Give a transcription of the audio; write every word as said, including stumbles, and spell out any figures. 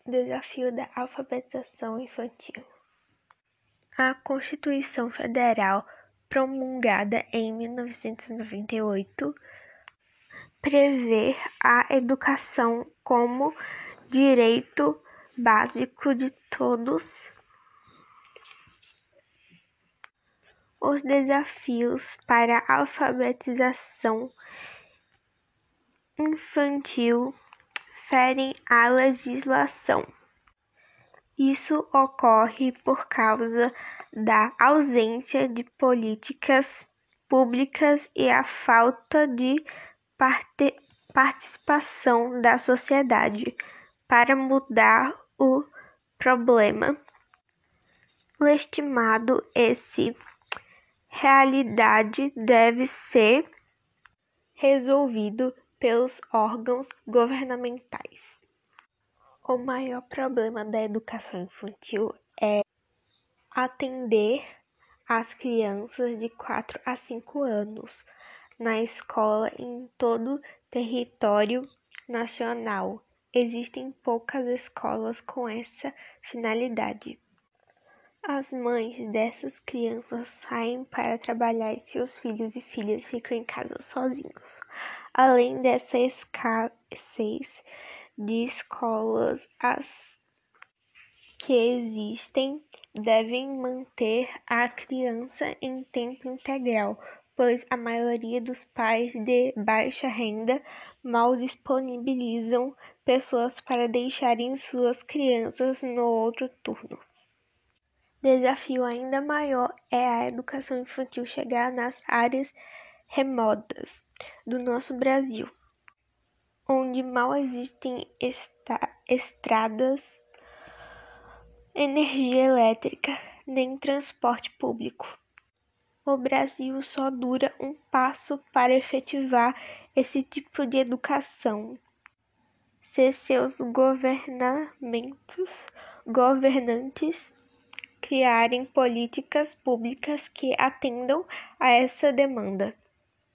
Desafio da alfabetização infantil. A Constituição Federal, promulgada em mil novecentos e noventa e oito, prevê a educação como direito básico de todos. Os desafios para a alfabetização infantil ferem a legislação. Isso ocorre por causa da ausência de políticas públicas e a falta de parte- participação da sociedade para mudar o problema. Legitimado esse realidade deve ser resolvido pelos órgãos governamentais. O maior problema da educação infantil é atender as crianças de quatro a cinco anos na escola em todo o território nacional. Existem poucas escolas com essa finalidade. As mães dessas crianças saem para trabalhar e seus filhos e filhas ficam em casa sozinhos. Além dessa escassez de escolas, as que existem devem manter a criança em tempo integral, pois a maioria dos pais de baixa renda mal disponibilizam pessoas para deixarem suas crianças no outro turno. Desafio ainda maior é a educação infantil chegar nas áreas remotas do nosso Brasil, onde mal existem esta- estradas, energia elétrica, nem transporte público. O Brasil só dura um passo para efetivar esse tipo de educação, se seus governamentos, governantes criarem políticas públicas que atendam a essa demanda.